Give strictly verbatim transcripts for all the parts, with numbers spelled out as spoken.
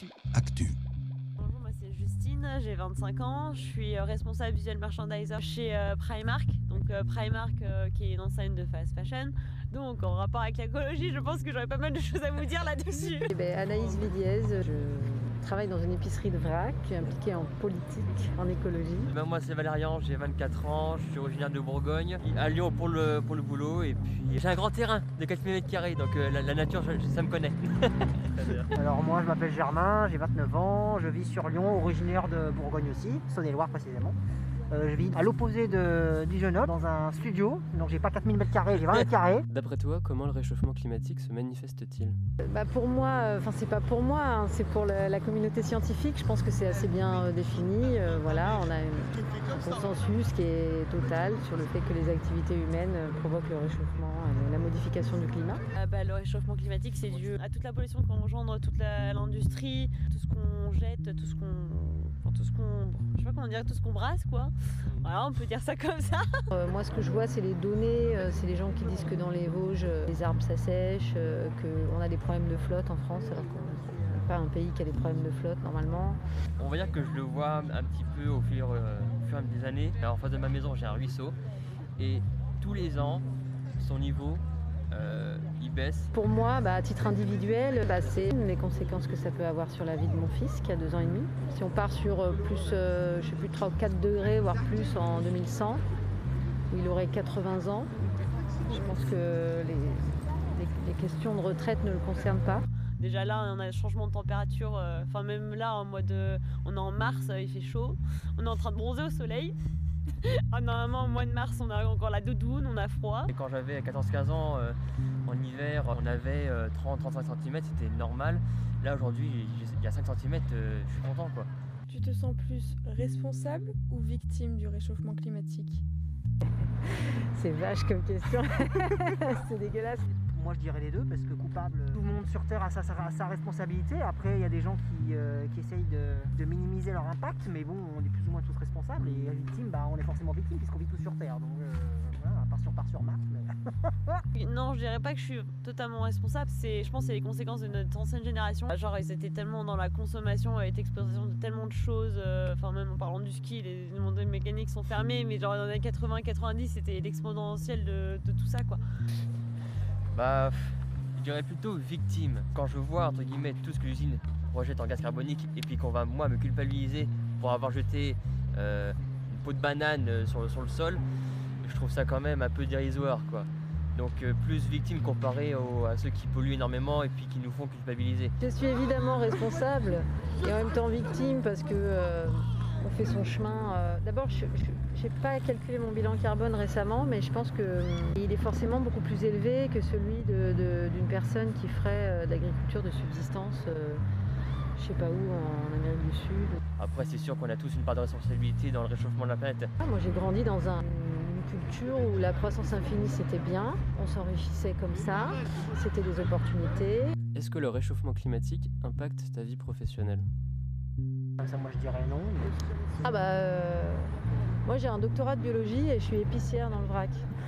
là-dessus. Actu. Bonjour, moi c'est Justine, j'ai vingt-cinq ans, je suis responsable visual merchandiser chez euh, Primark, donc euh, Primark euh, qui est une enseigne de fast fashion. Donc en rapport avec l'écologie, je pense que j'aurais pas mal de choses à vous dire là-dessus. Eh ben, Anaïs Villiez, je travaille dans une épicerie de vrac, impliquée en politique, en écologie. Ben moi c'est Valérian, j'ai vingt-quatre ans, je suis originaire de Bourgogne, à Lyon pour le, pour le boulot, et puis j'ai un grand terrain de quatre mille mètres carrés, donc euh, la, la nature je, ça me connaît. Alors moi je m'appelle Germain, j'ai vingt-neuf ans, je vis sur Lyon, originaire de Bourgogne aussi, Saône-et-Loire précisément. Euh, je vis à l'opposé de, du jeune homme, dans un studio, donc j'ai pas quatre mille mètres carrés, j'ai vingt mètres carrés. D'après toi, comment le réchauffement climatique se manifeste-t-il ? Bah pour moi, enfin c'est pas pour moi, hein, c'est pour la, la communauté scientifique. Je pense que c'est assez bien euh, défini. Euh, voilà, on a une, un consensus qui est total sur le fait que les activités humaines euh, provoquent le réchauffement et la modification du climat. Ah bah, le réchauffement climatique c'est dû à toute la pollution qu'engendre toute la- l'industrie, tout ce qu'on jette, tout ce qu'on, enfin, tout ce qu'on, je sais pas comment dire, tout ce qu'on brasse quoi. Voilà, on peut dire ça comme ça. Euh, moi, ce que je vois, c'est les données. Euh, c'est les gens qui disent que dans les Vosges, euh, les arbres s'assèchent, euh, qu'on a des problèmes de flotte en France, alors qu'on n'est pas un pays qui a des problèmes de flotte normalement. On va dire que je le vois un petit peu au fur, euh, au fur et à mesure des années. Alors, en face de ma maison j'ai un ruisseau, et tous les ans son niveau euh, il baisse. Pour moi, bah, à titre individuel, bah, c'est les conséquences que ça peut avoir sur la vie de mon fils qui a deux ans et demi. Si on part sur euh, plus, euh, je sais plus, trois ou quatre degrés, voire plus en deux mille cent, où il aurait quatre-vingts ans, je pense que les, les, les questions de retraite ne le concernent pas. Déjà là on a un changement de température, euh, enfin même là en mois de, on est en mars, euh, il fait chaud, on est en train de bronzer au soleil. Ah, normalement au mois de mars on a encore la doudoune, on a froid. Et quand j'avais quatorze quinze ans, euh, en hiver, on avait euh, trente à trente-cinq centimètres, c'était normal. Là aujourd'hui, il y a cinq centimètres, euh, je suis content quoi. Tu te sens plus responsable ou victime du réchauffement climatique ? C'est vache comme question. C'est dégueulasse. Moi je dirais les deux parce que coupable, tout le monde sur Terre a sa, sa, sa responsabilité. Après il y a des gens qui, euh, qui essayent de, de minimiser leur impact, mais bon on est plus ou moins tous responsables et victimes, bah, on est forcément victime puisqu'on vit tous sur Terre. Donc euh, voilà, à part si on part sur Mars. Mais... Non, je dirais pas que je suis totalement responsable, c'est, je pense que c'est les conséquences de notre ancienne génération. Genre ils étaient tellement dans la consommation, avec l'exploitation de tellement de choses, euh, enfin même en parlant du ski, les mondes mécaniques sont fermés, mais genre dans les années quatre-vingts quatre-vingt-dix c'était l'exponentiel de, de tout ça quoi. Bah, je dirais plutôt victime. Quand je vois entre guillemets tout ce que l'usine rejette en gaz carbonique et puis qu'on va moi me culpabiliser pour avoir jeté euh, une peau de banane euh, sur, sur le sol, je trouve ça quand même un peu dérisoire quoi. Donc euh, plus victime comparé au- à ceux qui polluent énormément et puis qui nous font culpabiliser. Je suis évidemment responsable et en même temps victime parce que euh, on fait son chemin. euh, D'abord, je n'ai pas calculé mon bilan carbone récemment, mais je pense qu'il est forcément beaucoup plus élevé que celui de- de- d'une personne qui ferait euh, de l'agriculture de subsistance, euh, je sais pas où, en Amérique du Sud. Après c'est sûr qu'on a tous une part de responsabilité dans le réchauffement de la planète. Ah, moi, j'ai grandi dans un- une culture où la croissance infinie c'était bien, on s'enrichissait comme ça, c'était des opportunités. Est-ce que le réchauffement climatique impacte ta vie professionnelle ? Ça moi je dirais non. Mais... Ah bah, euh, moi j'ai un doctorat de biologie et je suis épicière dans le vrac.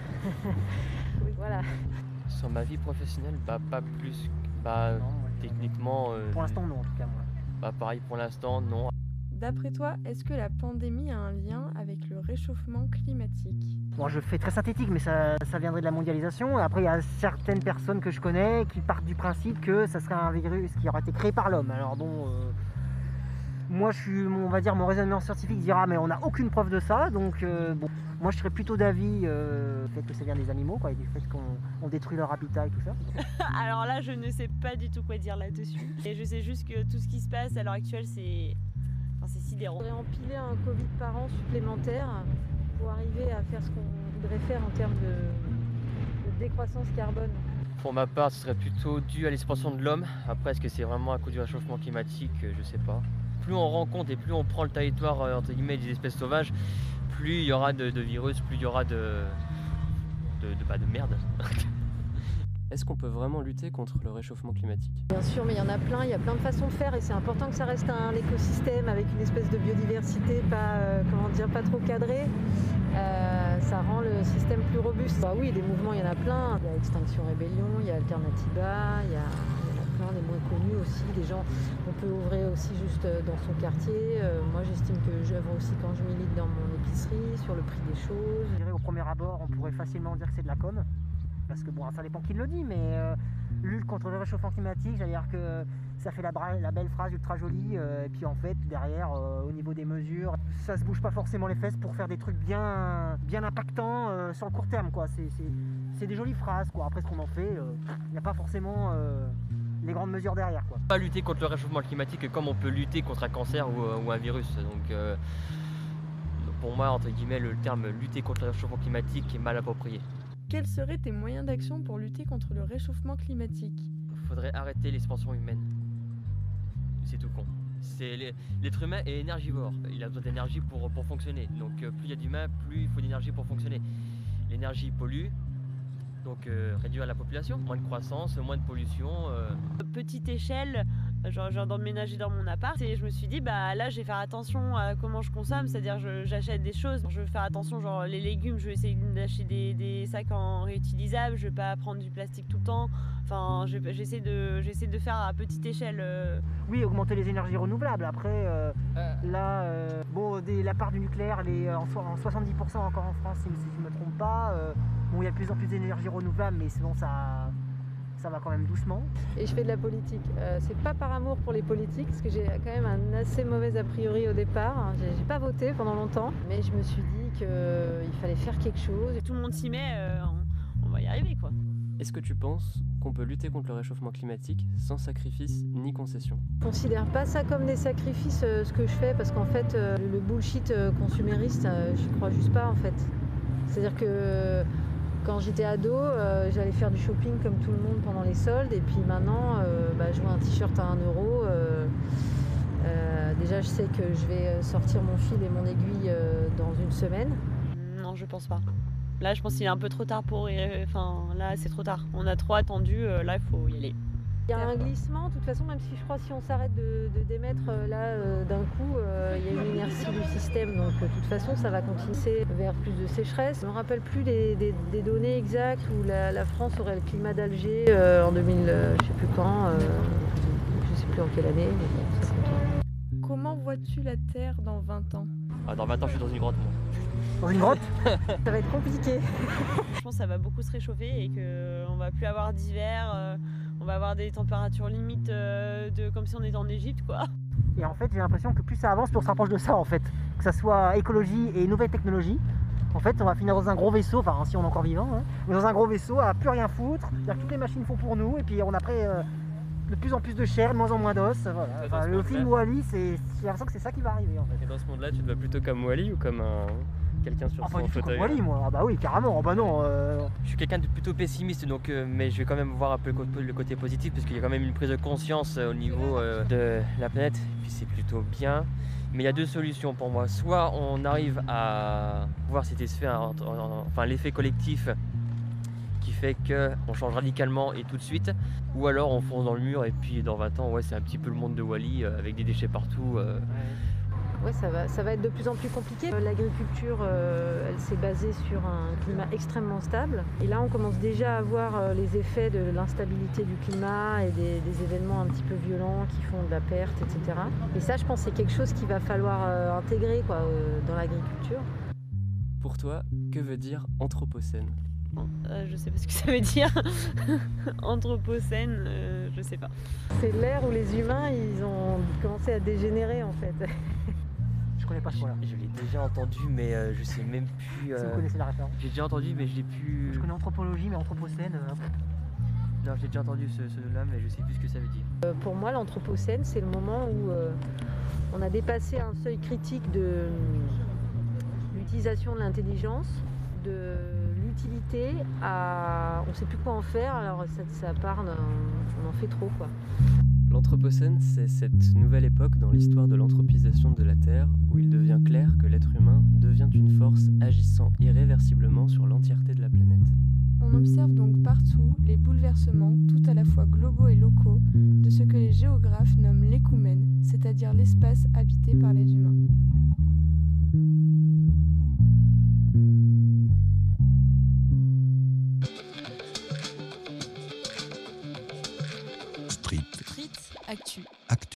Voilà. Sur ma vie professionnelle, bah pas plus. Bah Non, moi, je dirais non. techniquement, euh, Pour l'instant non en tout cas moi. bah pareil pour l'instant, non. D'après toi, est-ce que la pandémie a un lien avec le réchauffement climatique ? Bon, je fais très synthétique, mais ça, ça viendrait de la mondialisation. Après, il y a certaines personnes que je connais qui partent du principe que ça serait un virus qui aurait été créé par l'homme. Alors bon, euh, moi, je suis, on va dire, mon raisonnement scientifique dira, mais on n'a aucune preuve de ça. Donc, euh, bon, moi, je serais plutôt d'avis euh, du fait que ça vient des animaux, quoi, et du fait qu'on on détruit leur habitat et tout ça. Alors là je ne sais pas du tout quoi dire là-dessus. Et je sais juste que tout ce qui se passe à l'heure actuelle c'est, enfin, c'est sidérant. On pourrait empiler un Covid par an supplémentaire pour arriver à faire ce qu'on voudrait faire en termes de, de décroissance carbone. Pour ma part, ce serait plutôt dû à l'expansion de l'homme. Après, est-ce que c'est vraiment à cause du réchauffement climatique? euh, Je sais pas. Plus on rencontre et plus on prend le territoire euh, entre guillemets des espèces sauvages, plus il y aura de, de virus, plus il y aura de de, de, bah, de merde. Est-ce qu'on peut vraiment lutter contre le réchauffement climatique ? Bien sûr, mais il y en a plein, il y a plein de façons de faire et c'est important que ça reste un écosystème avec une espèce de biodiversité pas, euh, comment dire, pas trop cadrée. Euh, ça rend le système plus robuste. Bah oui, des mouvements, il y en a plein. Il y a Extinction Rébellion, il y a Alternativa, il y a, il y en a plein des moins connus aussi, des gens, on peut ouvrir aussi juste dans son quartier. Euh, moi j'estime que j'œuvre aussi quand je milite dans mon épicerie, sur le prix des choses. Je dirais au premier abord, on pourrait facilement dire que c'est de la com. Parce que bon, ça dépend qui le dit, mais euh, lutte contre le réchauffement climatique, j'allais dire que ça fait la, bra- la belle phrase ultra jolie, euh, et puis en fait, derrière, euh, au niveau des mesures, ça se bouge pas forcément les fesses pour faire des trucs bien, bien impactants euh, sur le court terme, quoi. C'est, c'est, c'est des jolies phrases, quoi. Après, ce qu'on en fait, il n'y a pas forcément euh, les grandes mesures derrière, quoi. Pas lutter contre le réchauffement climatique comme on peut lutter contre un cancer ou, ou un virus. Donc, euh, pour moi, entre guillemets, le terme lutter contre le réchauffement climatique est mal approprié. Quels seraient tes moyens d'action pour lutter contre le réchauffement climatique? Il faudrait arrêter l'expansion humaine. C'est tout con. C'est les- l'être humain est énergivore. Il a besoin d'énergie pour, pour fonctionner. Donc euh, plus il y a d'humains, plus il faut d'énergie pour fonctionner. L'énergie pollue, donc euh, réduire la population, moins de croissance, moins de pollution. euh. Petite échelle, genre, genre d'emménager dans mon appart, et je me suis dit bah là je vais faire attention à comment je consomme, c'est-à-dire je- j'achète des choses, je vais faire attention, genre les légumes, je vais essayer d'acheter des, des sacs en réutilisables, je vais pas prendre du plastique tout le temps, enfin je vais- j'essaie de, j'essaie de faire à petite échelle. euh. Oui, augmenter les énergies renouvelables. Après, euh, Euh, là, euh, bon, des- la part du nucléaire, elle est en, so- en soixante-dix pour cent encore en France, si, si je ne me trompe pas. Euh, bon, il y a de plus en plus d'énergie renouvelable, mais bon, ça, ça va quand même doucement. Et je fais de la politique. Euh, c'est pas par amour pour les politiques, parce que j'ai quand même un assez mauvais a priori au départ. J'ai, j'ai pas voté pendant longtemps, mais je me suis dit qu'il fallait faire quelque chose. Tout le monde s'y met, euh, on, on va y arriver quoi. Est-ce que tu penses qu'on peut lutter contre le réchauffement climatique sans sacrifice ni concession? Je considère pas ça comme des sacrifices, euh, ce que je fais, parce qu'en fait, euh, le bullshit euh, consumériste, euh, j'y crois juste pas en fait. C'est-à-dire que euh, quand j'étais ado, euh, j'allais faire du shopping comme tout le monde pendant les soldes, et puis maintenant, euh, bah, je vois un t-shirt à un euro. euh, euh, déjà, je sais que je vais sortir mon fil et mon aiguille euh, dans une semaine. Non, je pense pas. Là, je pense qu'il est un peu trop tard pour. y- Enfin, là, c'est trop tard. On a trop attendu. euh, Là, il faut y aller. Il y a un glissement, de toute façon, même si je crois si on s'arrête de, de d'émettre euh, là euh, d'un coup, euh, il y a une inertie du système, donc euh, de toute façon ça va continuer vers plus de sécheresse. Je ne me rappelle plus des, des- des données exactes où la, la France aurait le climat d'Alger euh, en deux mille, euh, je sais plus quand, euh, je sais plus en quelle année, mais bon, ça compte. Comment vois-tu la Terre dans vingt ans? ah, dans vingt ans, je suis dans une grotte, moi. Dans une grotte, Ça va être compliqué. Je pense que ça va beaucoup se réchauffer et qu'on va plus avoir d'hiver. euh, On va avoir des températures limites euh, de comme si on était en Égypte, quoi. et en fait, j'ai l'impression que plus ça avance, plus on se rapproche de ça, en fait. Que ça soit écologie et nouvelles technologies. En fait, on va finir dans un gros vaisseau, enfin, si on est encore vivant, hein, mais dans un gros vaisseau à plus rien foutre. C'est-à-dire que toutes les machines font pour nous, et puis on a après euh, de plus en plus de chair, de moins en moins d'os. Voilà. dans Enfin, ce le monde-là. film Wall-E, c'est, j'ai l'impression que c'est ça qui va arriver, en fait. Et dans ce monde-là, tu te vois plutôt comme Wally ou comme un... quelqu'un sur Enfin, son du tout comme fauteuil? Wall-E, moi. Ah bah oui, carrément. Ah bah non. euh, Je suis quelqu'un de plutôt pessimiste, donc, euh, mais je vais quand même voir un peu le, co- le côté positif, parce qu'il y a quand même une prise de conscience euh, au niveau euh, de la planète, puis c'est plutôt bien. Mais il y a deux solutions pour moi. Soit on arrive à voir cet effet, hein, en- en- enfin l'effet collectif qui fait qu'on change radicalement et tout de suite, ou alors on fonce dans le mur et puis dans vingt ans, ouais, c'est un petit peu le monde de Wall-E euh, avec des déchets partout. euh. Ouais, ça va, ça va être de plus en plus compliqué. Euh, L'agriculture, euh, elle s'est basée sur un climat extrêmement stable. Et là, on commence déjà à voir euh, les effets de l'instabilité du climat et des, des événements un petit peu violents qui font de la perte, et cetera. Et ça, je pense, c'est quelque chose qu'il va falloir euh, intégrer quoi, euh, dans l'agriculture. Pour toi, que veut dire anthropocène? Bon, euh, je sais pas ce que ça veut dire. Anthropocène, euh, je sais pas. C'est l'ère où les humains, ils ont commencé à dégénérer, en fait. Je connais pas ce mot-là. Je, je l'ai déjà entendu, mais euh, je sais même plus. Si euh, vous connaissez la référence. J'ai déjà entendu, mais je l'ai plus. Je connais anthropologie, mais anthropocène. euh, Non, j'ai déjà entendu ce, ce là mais je sais plus ce que ça veut dire. Euh, Pour moi, l'anthropocène, c'est le moment où euh, on a dépassé un seuil critique de euh, l'utilisation de l'intelligence, de l'utilité à on ne sait plus quoi en faire, alors ça, ça part, d'un- on en fait trop quoi. L'Anthropocène, c'est cette nouvelle époque dans l'histoire de l'anthropisation de la Terre où il devient clair que l'être humain devient une force agissant irréversiblement sur l'entièreté de la planète. On observe donc partout les bouleversements, tout à la fois globaux et locaux, de ce que les géographes nomment l'écoumène, c'est-à-dire l'espace habité par les humains. Street Actu.